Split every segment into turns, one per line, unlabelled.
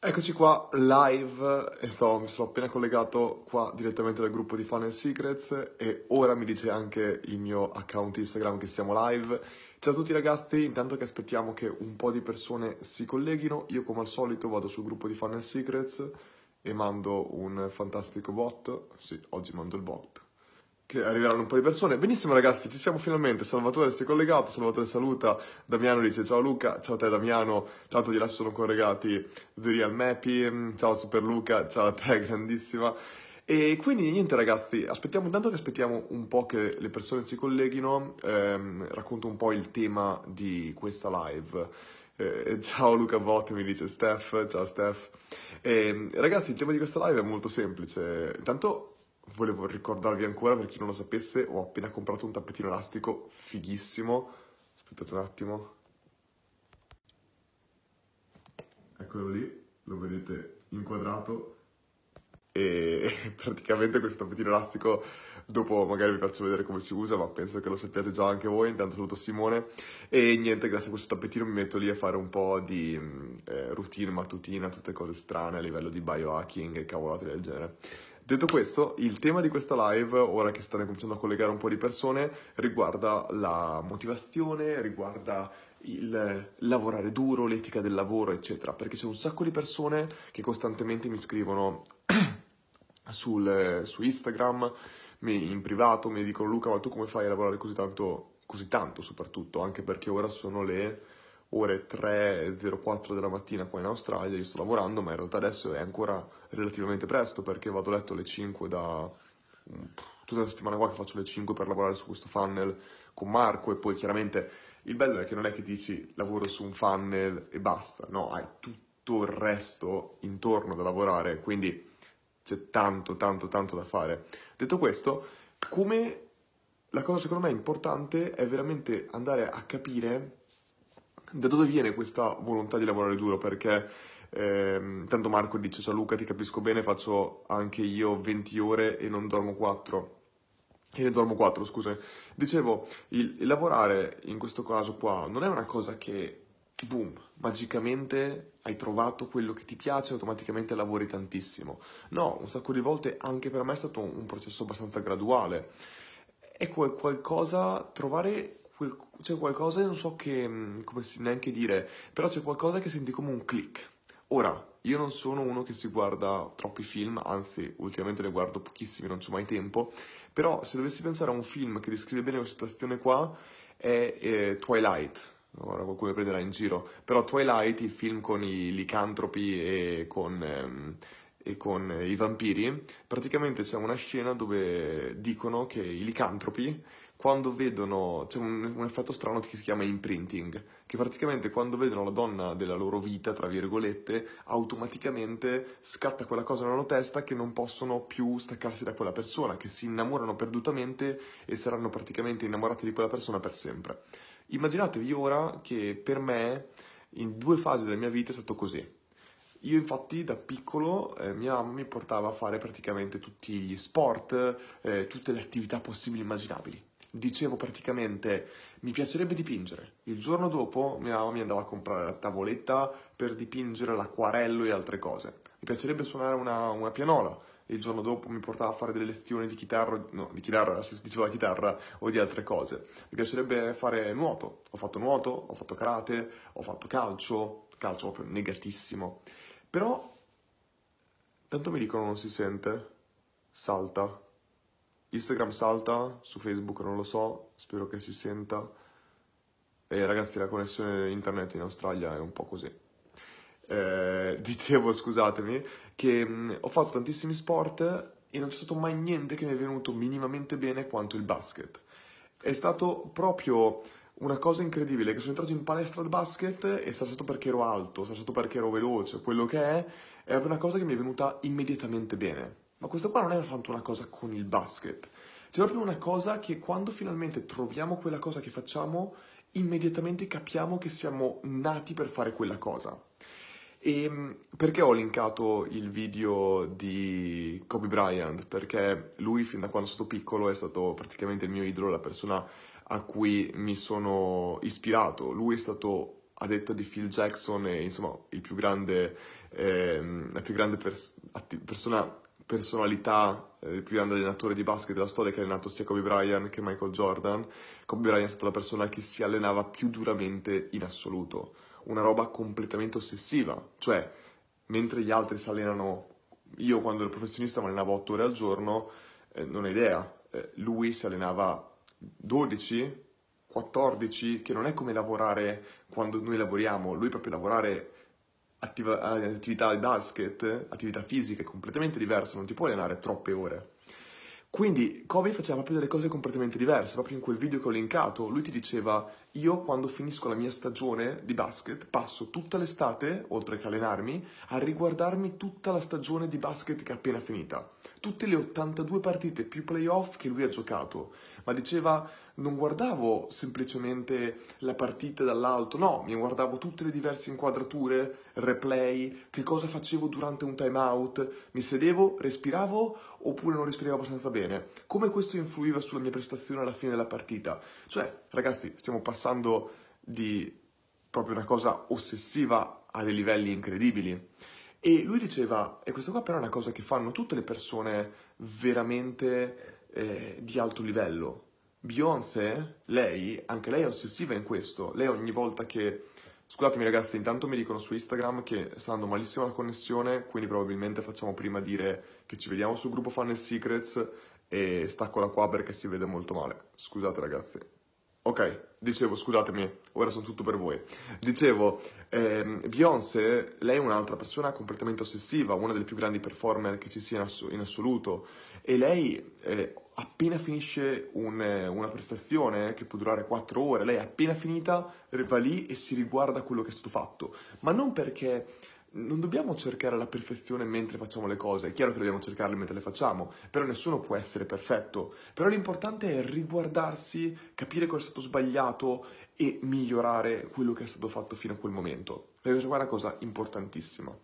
Eccoci qua live e mi sono appena collegato qua direttamente dal gruppo di Funnel Secrets e ora mi dice anche il mio account Instagram che siamo live. Ciao a tutti ragazzi, intanto che aspettiamo che un po' di persone si colleghino, io come al solito vado sul gruppo di Funnel Secrets e mando un fantastico bot. Sì, oggi mando il bot. Che arriveranno un po' di persone. Benissimo ragazzi, ci siamo finalmente. Salvatore si è collegato, Salvatore saluta, Damiano dice ciao Luca, ciao a te Damiano, ciao a tutti là sono collegati, The Real Mappy, ciao Super Luca, ciao a te grandissima. E quindi niente ragazzi, intanto che aspettiamo un po' che le persone si colleghino, racconto un po' il tema di questa live. Ciao Luca Bot, mi dice Steph, ciao Steph. Ragazzi, il tema di questa live è molto semplice. Intanto volevo ricordarvi ancora, per chi non lo sapesse, ho appena comprato un tappetino elastico fighissimo. Aspettate un attimo. Eccolo lì, lo vedete inquadrato. E praticamente questo tappetino elastico, dopo magari vi faccio vedere come si usa, ma penso che lo sappiate già anche voi. Intanto saluto Simone. E niente, grazie a questo tappetino mi metto lì a fare un po' di routine mattutina, tutte cose strane a livello di biohacking e cavolate del genere. Detto questo, il tema di questa live, ora che state cominciando a collegare un po' di persone, riguarda la motivazione, riguarda il lavorare duro, l'etica del lavoro, eccetera, perché c'è un sacco di persone che costantemente mi scrivono su Instagram, in privato, mi dicono Luca, ma tu come fai a lavorare così tanto soprattutto, anche perché ora sono le ore 3:04 della mattina qua in Australia, io sto lavorando, ma in realtà adesso è ancora relativamente presto perché vado a letto alle 5 tutta la settimana qua che faccio le 5 per lavorare su questo funnel con Marco e poi chiaramente il bello è che non è che dici lavoro su un funnel e basta, no, hai tutto il resto intorno da lavorare, quindi c'è tanto da fare. Detto questo, come la cosa secondo me importante è veramente andare a capire da dove viene questa volontà di lavorare duro, perché tanto Marco dice ciao Luca, ti capisco bene, faccio anche io 20 ore e non dormo 4. E ne dormo 4, scusa. Dicevo, il lavorare in questo caso qua non è una cosa che, boom, magicamente hai trovato quello che ti piace e automaticamente lavori tantissimo. No, un sacco di volte anche per me è stato un processo abbastanza graduale. È qualcosa, c'è qualcosa, non so che, come neanche dire, però c'è qualcosa che senti come un click. Ora, io non sono uno che si guarda troppi film, anzi, ultimamente ne guardo pochissimi, non c'ho mai tempo, però se dovessi pensare a un film che descrive bene questa situazione qua, è Twilight. Ora qualcuno mi prenderà in giro, però Twilight, il film con i licantropi e con i vampiri, praticamente c'è una scena dove dicono che i licantropi, quando vedono, c'è un effetto strano che si chiama imprinting, che praticamente quando vedono la donna della loro vita, tra virgolette, automaticamente scatta quella cosa nella loro testa che non possono più staccarsi da quella persona, che si innamorano perdutamente e saranno praticamente innamorati di quella persona per sempre. Immaginatevi ora che per me, in 2 fasi della mia vita è stato così. Io infatti da piccolo mia mamma mi portava a fare praticamente tutti gli sport, tutte le attività possibili e immaginabili. Dicevo praticamente, mi piacerebbe dipingere. Il giorno dopo mia mamma mi andava a comprare la tavoletta per dipingere l'acquarello e altre cose. Mi piacerebbe suonare una pianola. Il giorno dopo mi portava a fare delle lezioni di chitarra, no, di chitarra, si diceva la chitarra, o di altre cose. Mi piacerebbe fare nuoto. Nuoto, ho fatto karate, ho fatto calcio proprio negatissimo. Però, tanto mi dicono non si sente, salta. Instagram salta, su Facebook non lo so, spero che si senta. E ragazzi, la connessione internet in Australia è un po' così. Dicevo, scusatemi, che ho fatto tantissimi sport e non c'è stato mai niente che mi è venuto minimamente bene quanto il basket. È stato proprio una cosa incredibile che sono entrato in palestra al basket e sarà stato perché ero alto, sarà stato perché ero veloce, quello che è una cosa che mi è venuta immediatamente bene. Ma questo qua non è tanto una cosa con il basket, c'è proprio una cosa che quando finalmente troviamo quella cosa che facciamo, immediatamente capiamo che siamo nati per fare quella cosa. E perché ho linkato il video di Kobe Bryant? Perché lui, fin da quando sono stato piccolo, è stato praticamente il mio idolo, la persona a cui mi sono ispirato. Lui è stato, a detta di Phil Jackson, e, insomma, il più grande la più grande personalità, il più grande allenatore di basket della storia, che ha allenato sia Kobe Bryant che Michael Jordan. Kobe Bryant è stata la persona che si allenava più duramente in assoluto, una roba completamente ossessiva, cioè mentre gli altri si allenano, io quando ero professionista mi allenavo 8 ore al giorno, non ho idea, lui si allenava 12, 14, che non è come lavorare quando noi lavoriamo, lui proprio lavorare attività di basket, attività fisiche completamente diverse, non ti puoi allenare troppe ore. Quindi Kobe faceva proprio delle cose completamente diverse, proprio in quel video che ho linkato, lui ti diceva: io quando finisco la mia stagione di basket passo tutta l'estate, oltre che allenarmi, a riguardarmi tutta la stagione di basket che è appena finita, tutte le 82 partite più playoff che lui ha giocato, ma diceva: non guardavo semplicemente la partita dall'alto, no, mi guardavo tutte le diverse inquadrature, replay, che cosa facevo durante un timeout, mi sedevo, respiravo oppure non respiravo abbastanza bene, come questo influiva sulla mia prestazione alla fine della partita. Cioè, ragazzi, stiamo passando di proprio una cosa ossessiva a dei livelli incredibili. E lui diceva, e questa qua però è una cosa che fanno tutte le persone veramente di alto livello. Beyoncé, lei, anche lei è ossessiva in questo. Lei ogni volta che... Scusatemi ragazzi, intanto mi dicono su Instagram che sta andando malissimo la connessione, quindi probabilmente facciamo prima dire che ci vediamo sul gruppo Funnel Secrets e staccola qua perché si vede molto male. Scusate ragazzi. Ok, dicevo, scusatemi, ora sono tutto per voi. Dicevo, Beyoncé, lei è un'altra persona completamente ossessiva, una delle più grandi performer che ci sia in assoluto. E lei, appena finisce una prestazione che può durare 4 ore, lei appena finita va lì e si riguarda quello che è stato fatto. Ma non perché... Non dobbiamo cercare la perfezione mentre facciamo le cose, è chiaro che dobbiamo cercarle mentre le facciamo, però nessuno può essere perfetto. Però l'importante è riguardarsi, capire cosa è stato sbagliato e migliorare quello che è stato fatto fino a quel momento. Perché questa qua è una cosa importantissima.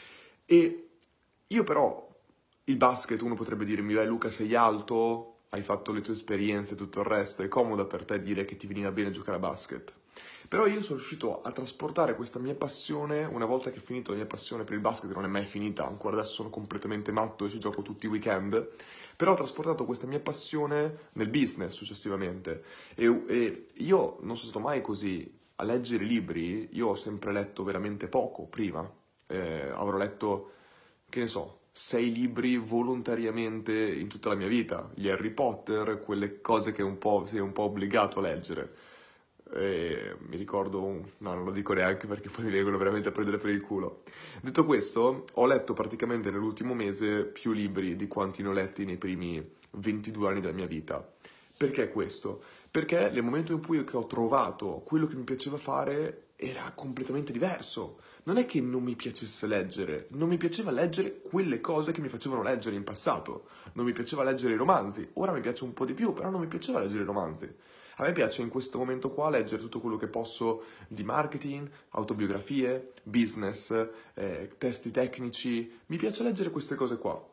E io però, il basket, uno potrebbe dirmi: beh Luca, sei alto, hai fatto le tue esperienze e tutto il resto, è comodo per te dire che ti veniva bene giocare a basket. Però io sono riuscito a trasportare questa mia passione, una volta che ho finito la mia passione per il basket, che non è mai finita, ancora adesso sono completamente matto e ci gioco tutti i weekend, però ho trasportato questa mia passione nel business successivamente. E io non sono stato mai così a leggere libri, io ho sempre letto veramente poco prima. Avrò letto, che ne so, 6 libri volontariamente in tutta la mia vita, gli Harry Potter, quelle cose che sei un po' obbligato a leggere. E mi ricordo, no, non lo dico neanche perché poi mi vengono veramente a prendere per il culo. Detto questo, ho letto praticamente nell'ultimo mese più libri di quanti ne ho letti nei primi 22 anni della mia vita. Perché questo? Perché nel momento in cui ho trovato quello che mi piaceva fare era completamente diverso. Non è che non mi piacesse leggere, non mi piaceva leggere quelle cose che mi facevano leggere in passato. Non mi piaceva leggere i romanzi, ora mi piace un po' di più, però non mi piaceva leggere i romanzi. A me piace in questo momento qua leggere tutto quello che posso di marketing, autobiografie, business, testi tecnici. Mi piace leggere queste cose qua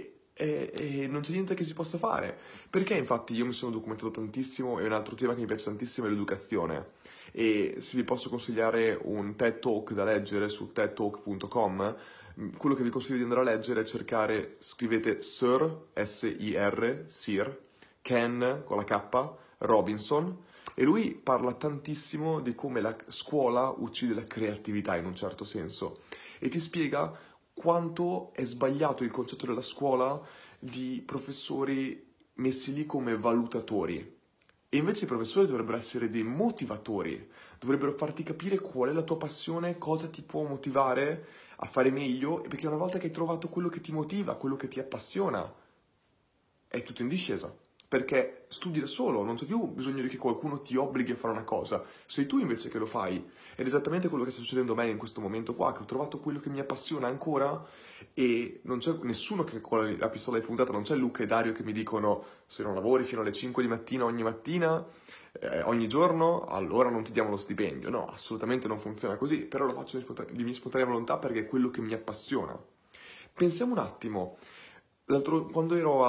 e non c'è niente che si possa fare. Perché infatti io mi sono documentato tantissimo e un altro tema che mi piace tantissimo è l'educazione. E se vi posso consigliare un TED Talk da leggere su tedtalk.com, quello che vi consiglio di andare a leggere è cercare, scrivete Sir, S-I-R, Sir, Ken con la K, Robinson, e lui parla tantissimo di come la scuola uccide la creatività in un certo senso e ti spiega quanto è sbagliato il concetto della scuola di professori messi lì come valutatori. E invece i professori dovrebbero essere dei motivatori, dovrebbero farti capire qual è la tua passione, cosa ti può motivare a fare meglio, perché una volta che hai trovato quello che ti motiva, quello che ti appassiona, è tutto in discesa. Perché studi da solo, non c'è più bisogno di che qualcuno ti obblighi a fare una cosa. Sei tu invece che lo fai. Ed è esattamente quello che sta succedendo a me in questo momento qua, che ho trovato quello che mi appassiona ancora e non c'è nessuno che con la pistola è puntata, non c'è Luca e Dario che mi dicono: se non lavori fino alle 5 di mattina ogni mattina, ogni giorno, allora non ti diamo lo stipendio. No, assolutamente non funziona così, però lo faccio di mia spontanea volontà perché è quello che mi appassiona. Pensiamo un attimo. Quando ero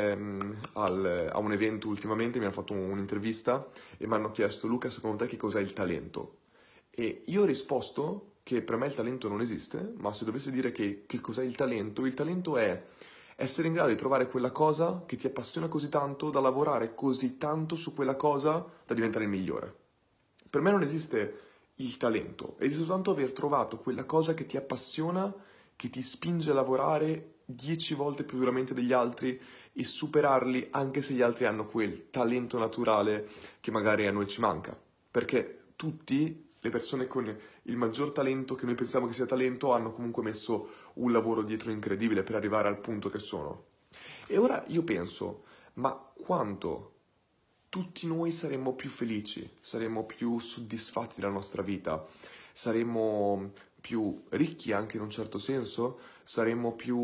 a un evento ultimamente mi hanno fatto un'intervista e mi hanno chiesto: Luca, secondo te che cos'è il talento? E io ho risposto che per me il talento non esiste, ma se dovessi dire che cos'è il talento è essere in grado di trovare quella cosa che ti appassiona così tanto, da lavorare così tanto su quella cosa, da diventare il migliore. Per me non esiste il talento, esiste soltanto aver trovato quella cosa che ti appassiona, che ti spinge a lavorare 10 volte più duramente degli altri e superarli anche se gli altri hanno quel talento naturale che magari a noi ci manca. Perché tutti, le persone con il maggior talento che noi pensiamo che sia talento, hanno comunque messo un lavoro dietro incredibile per arrivare al punto che sono. E ora io penso, ma quanto tutti noi saremmo più felici, saremmo più soddisfatti della nostra vita, saremmo più ricchi anche in un certo senso, saremmo più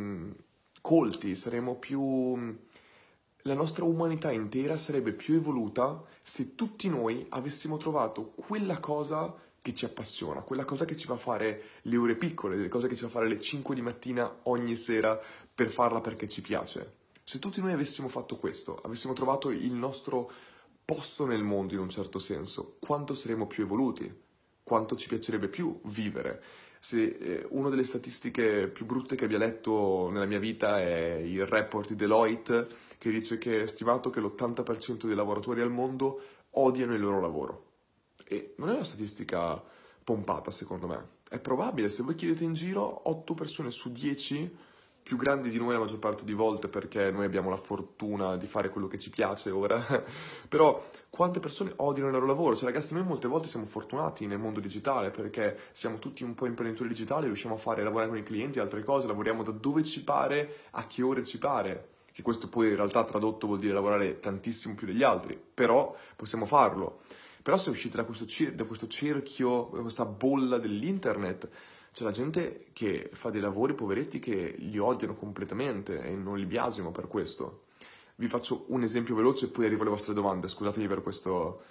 colti, saremmo più... La nostra umanità intera sarebbe più evoluta se tutti noi avessimo trovato quella cosa che ci appassiona, quella cosa che ci fa fare le ore piccole, le cose che ci fa fare le 5 di mattina ogni sera per farla perché ci piace. Se tutti noi avessimo fatto questo, avessimo trovato il nostro posto nel mondo in un certo senso, quanto saremmo più evoluti, quanto ci piacerebbe più vivere. Se una delle statistiche più brutte che abbia letto nella mia vita è il report di Deloitte che dice che è stimato che l'80% dei lavoratori al mondo odiano il loro lavoro. E non è una statistica pompata, secondo me. È probabile, se voi chiedete in giro, 8 persone su 10, più grandi di noi la maggior parte di volte, perché noi abbiamo la fortuna di fare quello che ci piace ora, però quante persone odiano il loro lavoro? Cioè ragazzi, noi molte volte siamo fortunati nel mondo digitale, perché siamo tutti un po' imprenditori digitali, riusciamo a lavorare con i clienti, altre cose, lavoriamo da dove ci pare, a che ore ci pare. Che questo poi in realtà tradotto vuol dire lavorare tantissimo più degli altri, però possiamo farlo. Però se uscite da questo cerchio, da questa bolla dell'internet, c'è la gente che fa dei lavori poveretti che li odiano completamente e non li biasimo per questo. Vi faccio un esempio veloce e poi arrivo alle vostre domande, scusatemi per questa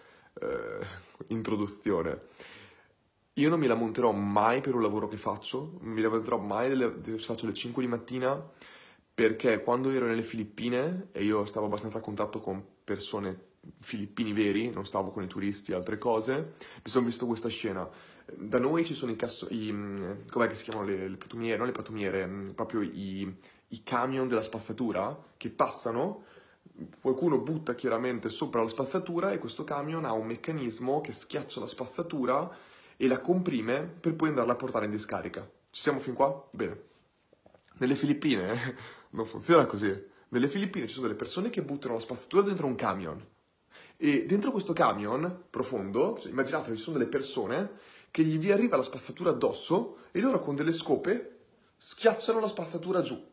introduzione. Io non mi lamenterò mai per un lavoro che faccio, non mi lamenterò mai se faccio le 5 di mattina, perché quando ero nelle Filippine e io stavo abbastanza a contatto con persone filippini veri, non stavo con i turisti e altre cose, mi sono visto questa scena. Da noi ci sono com'è che si chiamano le patumiere? Non le patumiere, proprio i camion della spazzatura che passano, qualcuno butta chiaramente sopra la spazzatura e questo camion ha un meccanismo che schiaccia la spazzatura e la comprime per poi andarla a portare in discarica. Ci siamo fin qua? Bene. Nelle Filippine non funziona così. Nelle Filippine ci sono delle persone che buttano la spazzatura dentro un camion. E dentro questo camion profondo, cioè, immaginate, ci sono delle persone che gli arriva la spazzatura addosso e loro con delle scope schiacciano la spazzatura giù.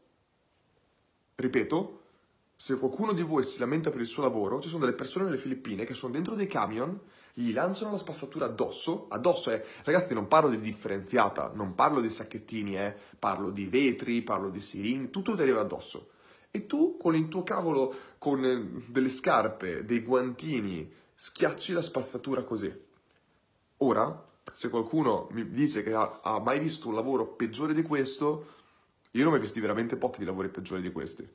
Ripeto, se qualcuno di voi si lamenta per il suo lavoro, ci sono delle persone nelle Filippine che sono dentro dei camion, gli lanciano la spazzatura addosso è, ragazzi, non parlo di differenziata, non parlo di sacchettini, parlo di vetri, parlo di siringhe, tutto ti arriva addosso. E tu con il tuo cavolo, con delle scarpe, dei guantini, schiacci la spazzatura così. Ora, se qualcuno mi dice che ha mai visto un lavoro peggiore di questo, io non ho mai visti veramente pochi di lavori peggiori di questi.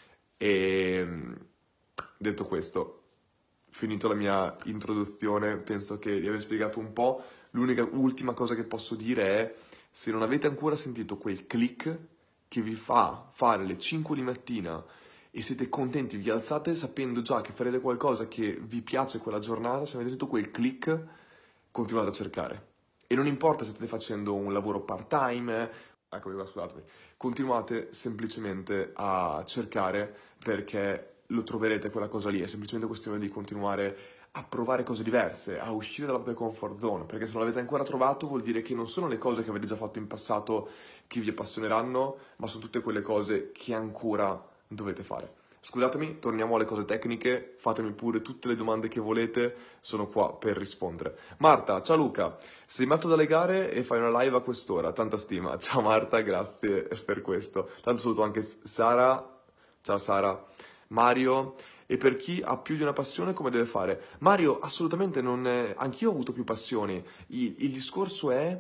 E detto questo, finito la mia introduzione, penso che di aver spiegato un po'. Ultima cosa che posso dire è, se non avete ancora sentito quel click che vi fa fare le 5 di mattina e siete contenti, vi alzate sapendo già che farete qualcosa che vi piace quella giornata, se avete sentito quel click, continuate a cercare. E non importa se state facendo un lavoro part-time, eccomi qua, scusatemi, continuate semplicemente a cercare perché lo troverete quella cosa lì, è semplicemente questione di continuare a provare cose diverse, a uscire dalla propria comfort zone, perché se non l'avete ancora trovato vuol dire che non sono le cose che avete già fatto in passato che vi appassioneranno, ma sono tutte quelle cose che ancora dovete fare. Scusatemi, torniamo alle cose tecniche, fatemi pure tutte le domande che volete, sono qua per rispondere. Marta, ciao Luca, sei matto dalle gare e fai una live a quest'ora, tanta stima. Ciao Marta, grazie per questo. Tanto saluto anche Sara, ciao Sara, Mario, e per chi ha più di una passione come deve fare? Mario, assolutamente non... Anch'io ho avuto più passioni, il discorso è...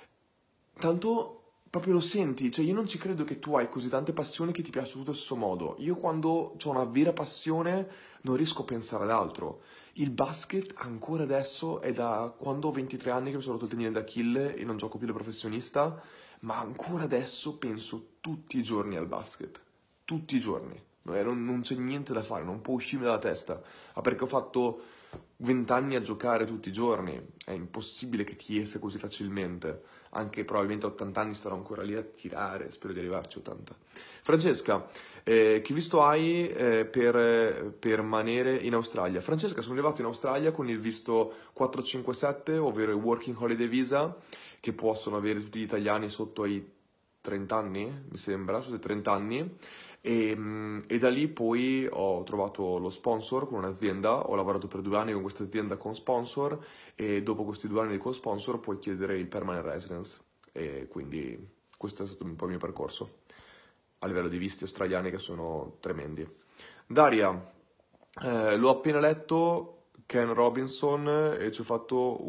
Tanto proprio lo senti, cioè io non ci credo che tu hai così tante passioni che ti piace tutto allo stesso modo. Io quando ho una vera passione non riesco a pensare ad altro. Il basket ancora adesso è da quando ho 23 anni che mi sono rotto il tendine d'Achille e non gioco più da professionista, ma ancora adesso penso tutti i giorni al basket. Tutti i giorni. Non c'è niente da fare, non può uscirmi dalla testa. Ma perché ho fatto 20 anni a giocare tutti i giorni, è impossibile che ti esca così facilmente. Anche probabilmente a 80 anni starò ancora lì a tirare, spero di arrivarci a 80. Francesca, che visto hai per rimanere in Australia? Francesca, sono arrivato in Australia con il visto 457, ovvero il Working Holiday Visa, che possono avere tutti gli italiani sotto ai 30 anni, mi sembra, sotto i 30 anni. E da lì poi ho trovato lo sponsor con un'azienda, ho lavorato per 2 anni con questa azienda con sponsor e dopo questi 2 anni con sponsor puoi chiedere il permanent residence e quindi questo è stato un po' il mio percorso a livello di visti australiani che sono tremendi. Daria, l'ho appena letto, Ken Robinson, e ci ho fatto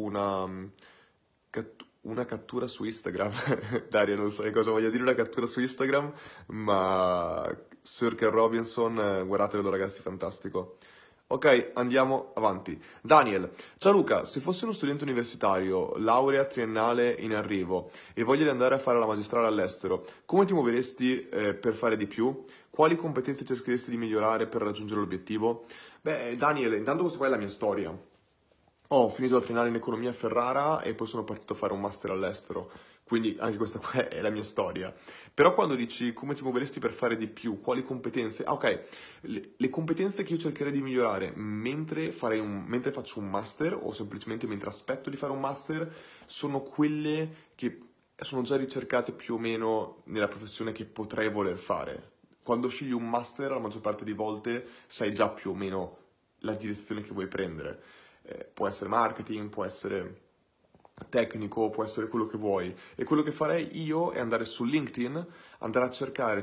una cattura su Instagram. Daria, non so che cosa voglia dire una cattura su Instagram, ma Sir Ken Robinson, guardatelo ragazzi, fantastico. Ok, andiamo avanti. Daniel, ciao Luca, se fossi uno studente universitario, laurea triennale in arrivo e voglia di andare a fare la magistrale all'estero, come ti muoveresti per fare di più? Quali competenze cercheresti di migliorare per raggiungere l'obiettivo? Beh, Daniel, intanto questa qua è la mia storia. Ho finito la triennale in economia a Ferrara e poi sono partito a fare un master all'estero, quindi anche questa qua è la mia storia. Però quando dici come ti muoveresti per fare di più, quali competenze? Ah, ok, le competenze che io cercherei di migliorare mentre faccio un master o semplicemente mentre aspetto di fare un master sono quelle che sono già ricercate più o meno nella professione che potrei voler fare. Quando scegli un master, la maggior parte di volte sai già più o meno la direzione che vuoi prendere. Può essere marketing, può essere tecnico, può essere quello che vuoi. E quello che farei io è andare su LinkedIn, andare a cercare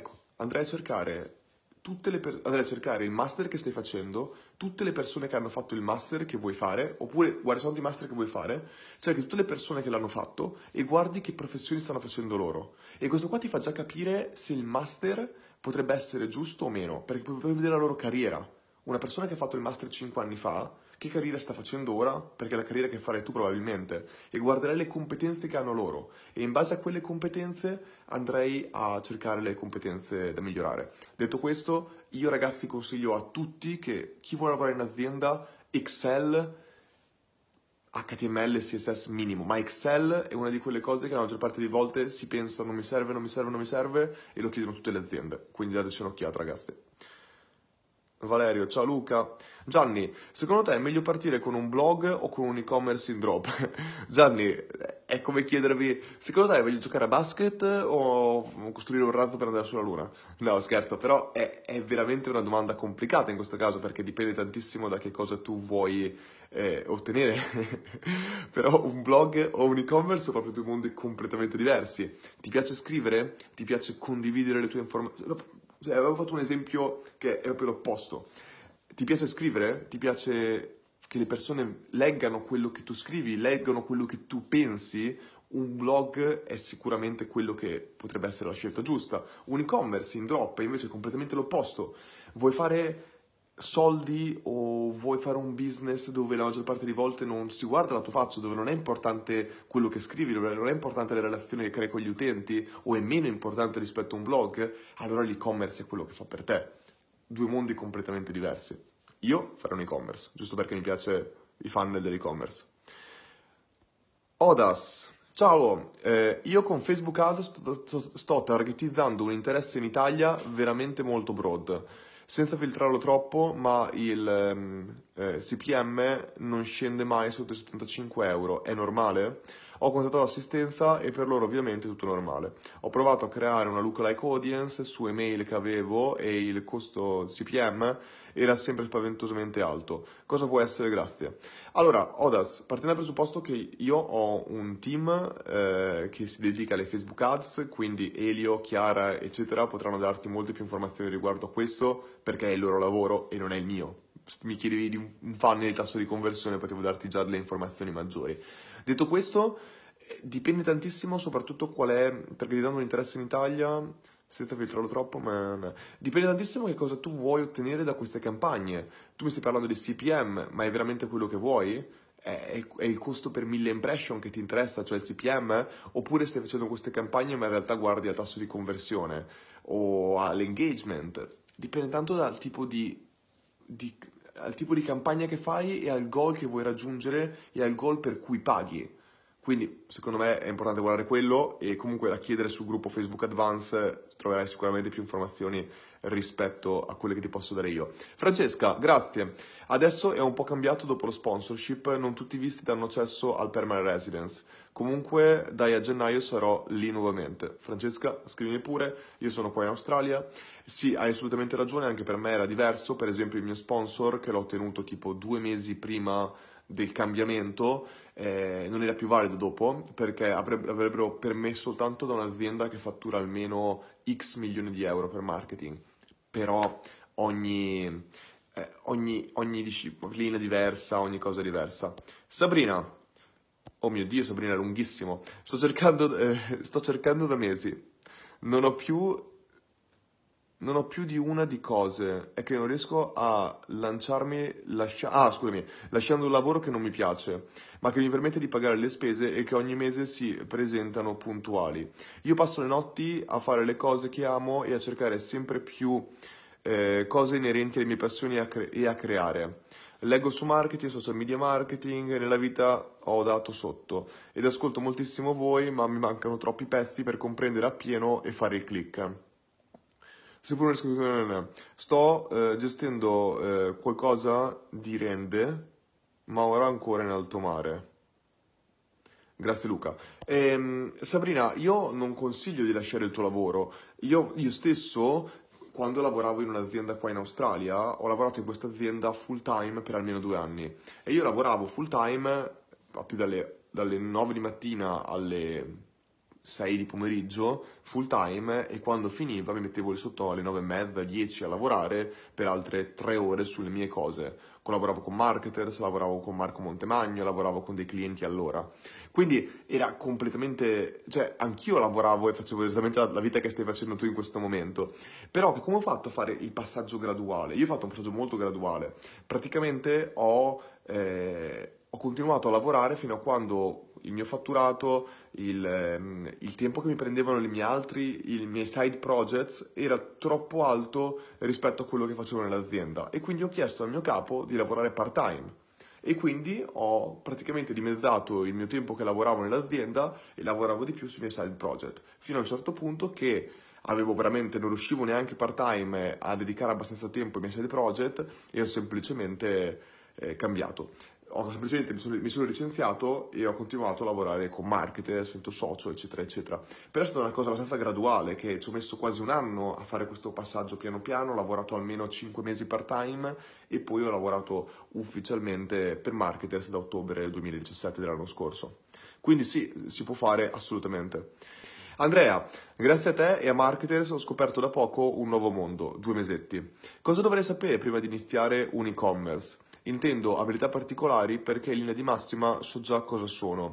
andare a cercare il master che stai facendo, tutte le persone che hanno fatto il master che vuoi fare, oppure guarda soltanto i master che vuoi fare, cerchi tutte le persone che l'hanno fatto e guardi che professioni stanno facendo loro. E questo qua ti fa già capire se il master potrebbe essere giusto o meno, perché puoi vedere la loro carriera. Una persona che ha fatto il master 5 anni fa, che carriera sta facendo ora? Perché è la carriera che farai tu probabilmente. E guarderai le competenze che hanno loro. E in base a quelle competenze andrei a cercare le competenze da migliorare. Detto questo, io ragazzi consiglio a tutti che chi vuole lavorare in azienda, Excel, HTML, CSS minimo, ma Excel è una di quelle cose che la maggior parte delle volte si pensa non mi serve, non mi serve, non mi serve e lo chiedono tutte le aziende. Quindi dateci un'occhiata ragazzi. Valerio, ciao Luca. Gianni, secondo te è meglio partire con un blog o con un e-commerce in drop? Gianni, è come chiedervi, secondo te è meglio giocare a basket o costruire un razzo per andare sulla Luna? No, scherzo, però è veramente una domanda complicata in questo caso perché dipende tantissimo da che cosa tu vuoi ottenere. Però un blog o un e-commerce sono proprio due mondi completamente diversi. Ti piace scrivere? Ti piace condividere le tue informazioni? Cioè, avevo fatto un esempio che è proprio l'opposto. Ti piace scrivere? Ti piace che le persone leggano quello che tu scrivi, leggano quello che tu pensi? Un blog è sicuramente quello che potrebbe essere la scelta giusta. Un e-commerce in drop è invece completamente l'opposto. Vuoi fare soldi o vuoi fare un business dove la maggior parte delle volte non si guarda la tua faccia, dove non è importante quello che scrivi, dove non è importante le relazioni che crei con gli utenti o è meno importante rispetto a un blog, allora l'e-commerce è quello che fa per te. Due mondi completamente diversi. Io farei un e-commerce, giusto perché mi piace i funnel dell'e-commerce. Odas, ciao, io con Facebook Ads sto targetizzando un interesse in Italia veramente molto broad, senza filtrarlo troppo, ma il CPM non scende mai sotto i 75 euro, è normale? Ho contattato l'assistenza e per loro ovviamente è tutto normale. Ho provato a creare una lookalike audience su email che avevo e il costo CPM era sempre spaventosamente alto. Cosa può essere? Grazie. Allora, Odas, partendo dal presupposto che io ho un team che si dedica alle Facebook Ads, quindi Elio, Chiara, eccetera, potranno darti molte più informazioni riguardo a questo perché è il loro lavoro e non è il mio. Se mi chiedevi di un funnel di tasso di conversione, potevo darti già delle informazioni maggiori. Detto questo, dipende tantissimo soprattutto qual è, perché ti danno un interesse in Italia, senza filtrarlo troppo, ma dipende tantissimo che cosa tu vuoi ottenere da queste campagne. Tu mi stai parlando di CPM, ma è veramente quello che vuoi? È il costo per 1000 impression che ti interessa, cioè il CPM? Oppure stai facendo queste campagne ma in realtà guardi al tasso di conversione o all'engagement? Dipende tanto dal tipo al tipo di campagna che fai e al goal che vuoi raggiungere e al goal per cui paghi. Quindi secondo me è importante guardare quello e comunque da chiedere sul gruppo Facebook Advance troverai sicuramente più informazioni rispetto a quelle che ti posso dare io. Francesca, grazie. Adesso è un po' cambiato dopo lo sponsorship, non tutti i visti danno accesso al permanent residence. Comunque dai a gennaio sarò lì nuovamente. Francesca, scrivimi pure, io sono qua in Australia. Sì, hai assolutamente ragione, anche per me era diverso, per esempio il mio sponsor che l'ho ottenuto tipo 2 mesi prima del cambiamento non era più valido dopo perché avrebbero permesso soltanto da un'azienda che fattura almeno X milioni di euro per marketing, però ogni disciplina diversa, ogni cosa diversa. Sabrina, oh mio Dio, Sabrina è lunghissimo, sto cercando da mesi, non ho più non ho più di una di cose, è che non riesco a lanciarmi, scusami, lasciando un lavoro che non mi piace, ma che mi permette di pagare le spese e che ogni mese si presentano puntuali. Io passo le notti a fare le cose che amo e a cercare sempre più cose inerenti alle mie passioni e a creare. Leggo su marketing, social media marketing, e nella vita ho dato sotto ed ascolto moltissimo voi, ma mi mancano troppi pezzi per comprendere appieno e fare il click. Seppur sto gestendo qualcosa di rende, ma ora ancora in alto mare. Grazie Luca. Sabrina, io non consiglio di lasciare il tuo lavoro. Io stesso, quando lavoravo in un'azienda qua in Australia, ho lavorato in questa azienda full time per almeno 2 anni. E io lavoravo full time, più dalle 9 di mattina alle 6 di pomeriggio, full time, e quando finiva mi mettevo lì sotto alle 9 e mezza, 10 a lavorare per altre 3 ore sulle mie cose. Collaboravo con marketers, lavoravo con Marco Montemagno, lavoravo con dei clienti all'ora. Quindi era completamente, cioè anch'io lavoravo e facevo esattamente la vita che stai facendo tu in questo momento. Però come ho fatto a fare il passaggio graduale? Io ho fatto un passaggio molto graduale. Praticamente ho continuato a lavorare fino a quando il mio fatturato, il tempo che mi prendevano i miei side projects era troppo alto rispetto a quello che facevo nell'azienda e quindi ho chiesto al mio capo di lavorare part-time e quindi ho praticamente dimezzato il mio tempo che lavoravo nell'azienda e lavoravo di più sui miei side project, fino a un certo punto che avevo veramente, non riuscivo neanche part-time a dedicare abbastanza tempo ai miei side project e ho semplicemente cambiato. Semplicemente mi sono licenziato e ho continuato a lavorare con marketer, sento socio, eccetera, eccetera. Però è stata una cosa abbastanza graduale, che ci ho messo quasi un anno a fare questo passaggio piano piano, ho lavorato almeno 5 mesi part-time e poi ho lavorato ufficialmente per marketers da ottobre 2017 dell'anno scorso. Quindi sì, si può fare assolutamente. Andrea, grazie a te e a Marketers ho scoperto da poco un nuovo mondo, 2 mesetti. Cosa dovrei sapere prima di iniziare un e-commerce? Intendo abilità particolari perché in linea di massima so già cosa sono,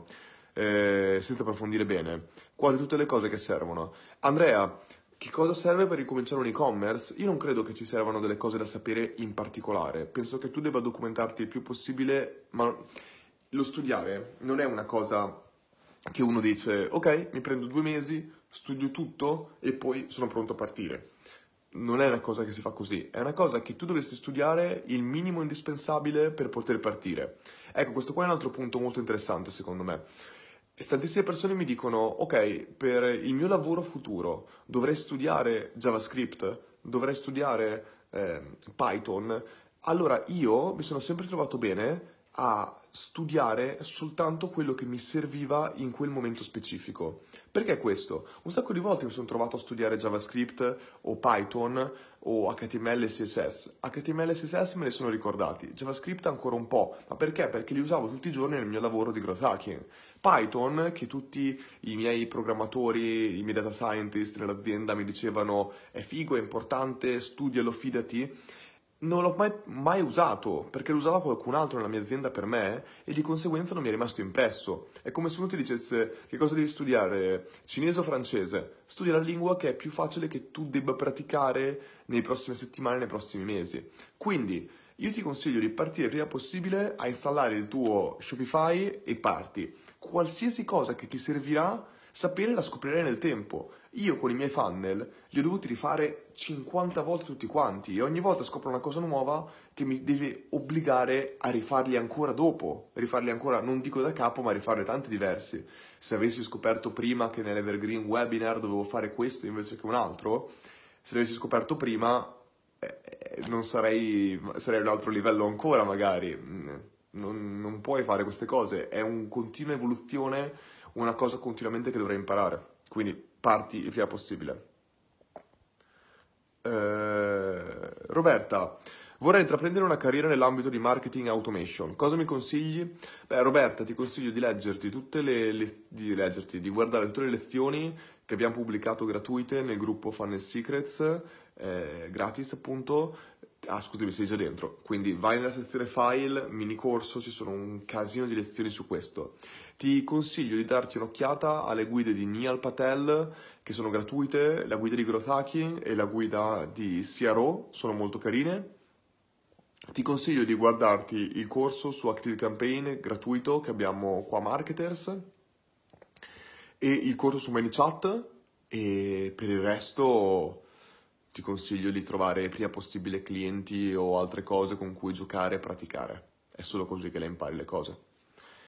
senza approfondire bene. Quasi tutte le cose che servono. Andrea, che cosa serve per ricominciare un e-commerce? Io non credo che ci servano delle cose da sapere in particolare. Penso che tu debba documentarti il più possibile, ma lo studiare non è una cosa che uno dice, ok, mi prendo 2 mesi, studio tutto e poi sono pronto a partire. Non è una cosa che si fa così, è una cosa che tu dovresti studiare il minimo indispensabile per poter partire. Ecco, questo qua è un altro punto molto interessante secondo me. E tantissime persone mi dicono, ok, per il mio lavoro futuro dovrei studiare JavaScript, dovrei studiare Python. Allora io mi sono sempre trovato bene a studiare soltanto quello che mi serviva in quel momento specifico. Perché questo? Un sacco di volte mi sono trovato a studiare JavaScript o Python o HTML e CSS. HTML e CSS me li sono ricordati, JavaScript ancora un po', ma perché? Perché li usavo tutti i giorni nel mio lavoro di growth hacking. Python, che tutti i miei programmatori, i miei data scientist nell'azienda mi dicevano è figo, è importante, studialo, fidati. non l'ho mai usato, perché lo usava qualcun altro nella mia azienda per me e di conseguenza non mi è rimasto impresso. È come se uno ti dicesse che cosa devi studiare, cinese o francese. Studia la lingua che è più facile che tu debba praticare nelle prossime settimane, nei prossimi mesi. Quindi io ti consiglio di partire il prima possibile a installare il tuo Shopify e parti. Qualsiasi cosa che ti servirà, sapere la scoprirai nel tempo. Io con i miei funnel li ho dovuti rifare 50 volte tutti quanti e ogni volta scopro una cosa nuova che mi deve obbligare a rifarli ancora dopo, rifarli ancora, non dico da capo, ma rifarne tanti diversi. Se avessi scoperto prima che nell'Evergreen Webinar dovevo fare questo invece che un altro, se l'avessi scoperto prima non sarei a un altro livello ancora magari. Non puoi fare queste cose, è un continua evoluzione, una cosa continuamente che dovrai imparare. Quindi parti il prima possibile. Roberta, vorrei intraprendere una carriera nell'ambito di marketing automation. Cosa mi consigli? Beh, Roberta, ti consiglio di leggerti di guardare tutte le lezioni che abbiamo pubblicato gratuite nel gruppo Funnel Secrets, gratis appunto. Ah, scusami, sei già dentro. Quindi vai nella sezione file, mini corso, ci sono un casino di lezioni su questo. Ti consiglio di darti un'occhiata alle guide di Neil Patel, che sono gratuite, la guida di Growth Hacking e la guida di CRO, sono molto carine. Ti consiglio di guardarti il corso su Active Campaign gratuito che abbiamo qua a Marketers e il corso su ManyChat e per il resto ti consiglio di trovare il prima possibile clienti o altre cose con cui giocare e praticare. È solo così che le impari le cose.